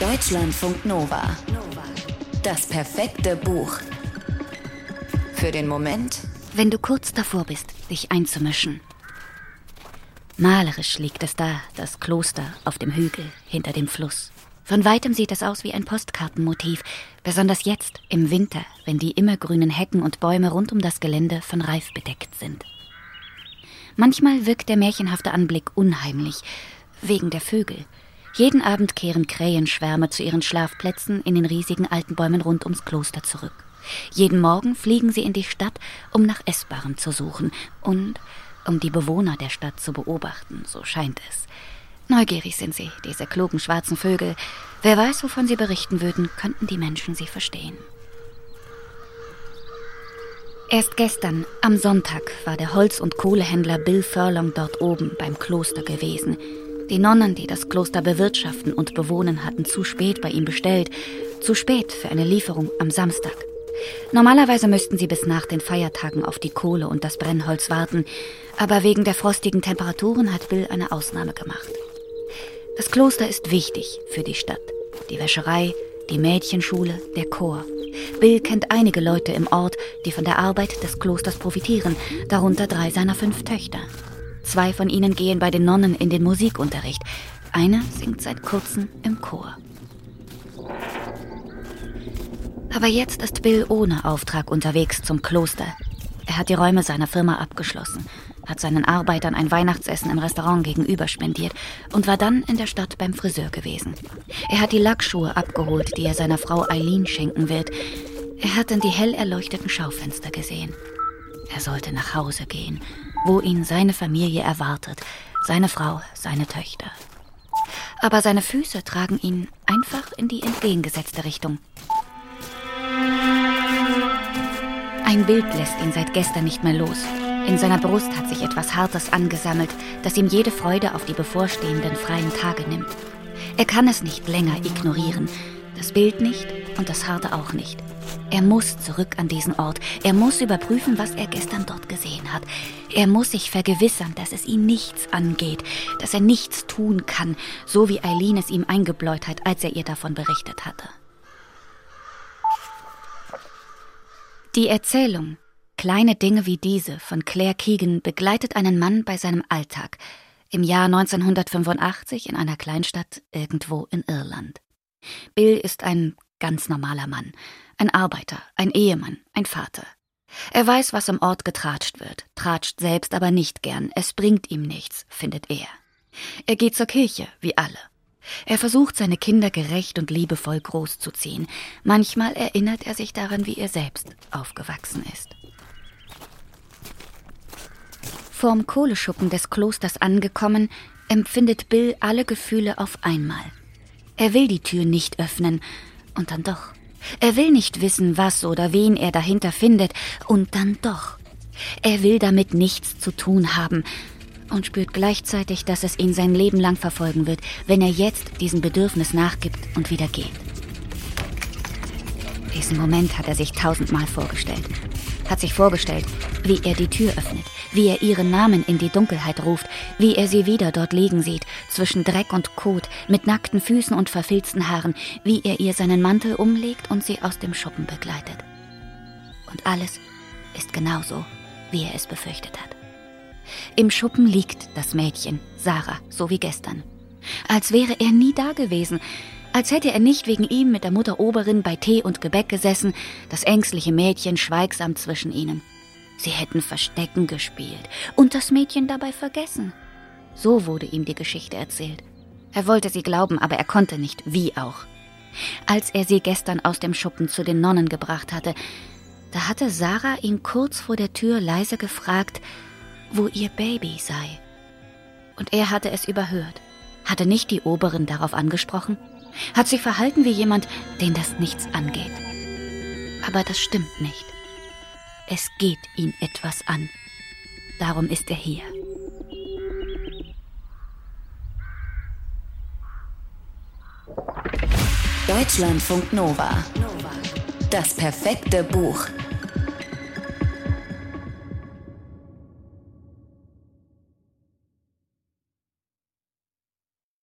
Deutschlandfunk Nova. Das perfekte Buch. Für den Moment, wenn du kurz davor bist, dich einzumischen. Malerisch liegt es da, das Kloster auf dem Hügel hinter dem Fluss. Von weitem sieht es aus wie ein Postkartenmotiv, besonders jetzt im Winter, wenn die immergrünen Hecken und Bäume rund um das Gelände von Reif bedeckt sind. Manchmal wirkt der märchenhafte Anblick unheimlich, wegen der Vögel. Jeden Abend kehren Krähenschwärme zu ihren Schlafplätzen in den riesigen alten Bäumen rund ums Kloster zurück. Jeden Morgen fliegen sie in die Stadt, um nach Essbarem zu suchen und um die Bewohner der Stadt zu beobachten, so scheint es. Neugierig sind sie, diese klugen schwarzen Vögel. Wer weiß, wovon sie berichten würden, könnten die Menschen sie verstehen. Erst gestern, am Sonntag, war der Holz- und Kohlehändler Bill Furlong dort oben beim Kloster gewesen. Die Nonnen, die das Kloster bewirtschaften und bewohnen, hatten zu spät bei ihm bestellt. Zu spät für eine Lieferung am Samstag. Normalerweise müssten sie bis nach den Feiertagen auf die Kohle und das Brennholz warten. Aber wegen der frostigen Temperaturen hat Bill eine Ausnahme gemacht. Das Kloster ist wichtig für die Stadt. Die Wäscherei, die Mädchenschule, der Chor. Bill kennt einige Leute im Ort, die von der Arbeit des Klosters profitieren, darunter 3 seiner 5 Töchter. 2 von ihnen gehen bei den Nonnen in den Musikunterricht. Eine singt seit kurzem im Chor. Aber jetzt ist Bill ohne Auftrag unterwegs zum Kloster. Er hat die Räume seiner Firma abgeschlossen, hat seinen Arbeitern ein Weihnachtsessen im Restaurant gegenüber spendiert und war dann in der Stadt beim Friseur gewesen. Er hat die Lackschuhe abgeholt, die er seiner Frau Eileen schenken wird. Er hat in die hell erleuchteten Schaufenster gesehen. Er sollte nach Hause gehen, wo ihn seine Familie erwartet, seine Frau, seine Töchter. Aber seine Füße tragen ihn einfach in die entgegengesetzte Richtung. Ein Bild lässt ihn seit gestern nicht mehr los. In seiner Brust hat sich etwas Hartes angesammelt, das ihm jede Freude auf die bevorstehenden freien Tage nimmt. Er kann es nicht länger ignorieren. Das Bild nicht und das Harte auch nicht. Er muss zurück an diesen Ort. Er muss überprüfen, was er gestern dort gesehen hat. Er muss sich vergewissern, dass es ihn nichts angeht, dass er nichts tun kann, so wie Eileen es ihm eingebläut hat, als er ihr davon berichtet hatte. Die Erzählung Kleine Dinge wie diese von Claire Keegan begleitet einen Mann bei seinem Alltag im Jahr 1985 in einer Kleinstadt irgendwo in Irland. Bill ist ein ganz normaler Mann, ein Arbeiter, ein Ehemann, ein Vater. Er weiß, was im Ort getratscht wird, tratscht selbst aber nicht gern, es bringt ihm nichts, findet er. Er geht zur Kirche, wie alle. Er versucht, seine Kinder gerecht und liebevoll großzuziehen. Manchmal erinnert er sich daran, wie er selbst aufgewachsen ist. Vorm Kohleschuppen des Klosters angekommen, empfindet Bill alle Gefühle auf einmal. Er will die Tür nicht öffnen, und dann doch. Er will nicht wissen, was oder wen er dahinter findet, und dann doch. Er will damit nichts zu tun haben und spürt gleichzeitig, dass es ihn sein Leben lang verfolgen wird, wenn er jetzt diesem Bedürfnis nachgibt und wieder geht. Diesen Moment hat er sich 1000-mal vorgestellt. Hat sich vorgestellt, wie er die Tür öffnet, wie er ihren Namen in die Dunkelheit ruft, wie er sie wieder dort liegen sieht, zwischen Dreck und Kot, mit nackten Füßen und verfilzten Haaren, wie er ihr seinen Mantel umlegt und sie aus dem Schuppen begleitet. Und alles ist genauso, wie er es befürchtet hat. Im Schuppen liegt das Mädchen, Sarah, so wie gestern. Als wäre er nie da gewesen, als hätte er nicht wegen ihm mit der Mutter Oberin bei Tee und Gebäck gesessen, das ängstliche Mädchen schweigsam zwischen ihnen. Sie hätten Verstecken gespielt und das Mädchen dabei vergessen. So wurde ihm die Geschichte erzählt. Er wollte sie glauben, aber er konnte nicht, wie auch. Als er sie gestern aus dem Schuppen zu den Nonnen gebracht hatte, da hatte Sarah ihn kurz vor der Tür leise gefragt, wo ihr Baby sei. Und er hatte es überhört. Hatte nicht die Oberin darauf angesprochen? Hat sich verhalten wie jemand, den das nichts angeht. Aber das stimmt nicht. Es geht ihn etwas an. Darum ist er hier. Deutschlandfunk Nova. Das perfekte Buch.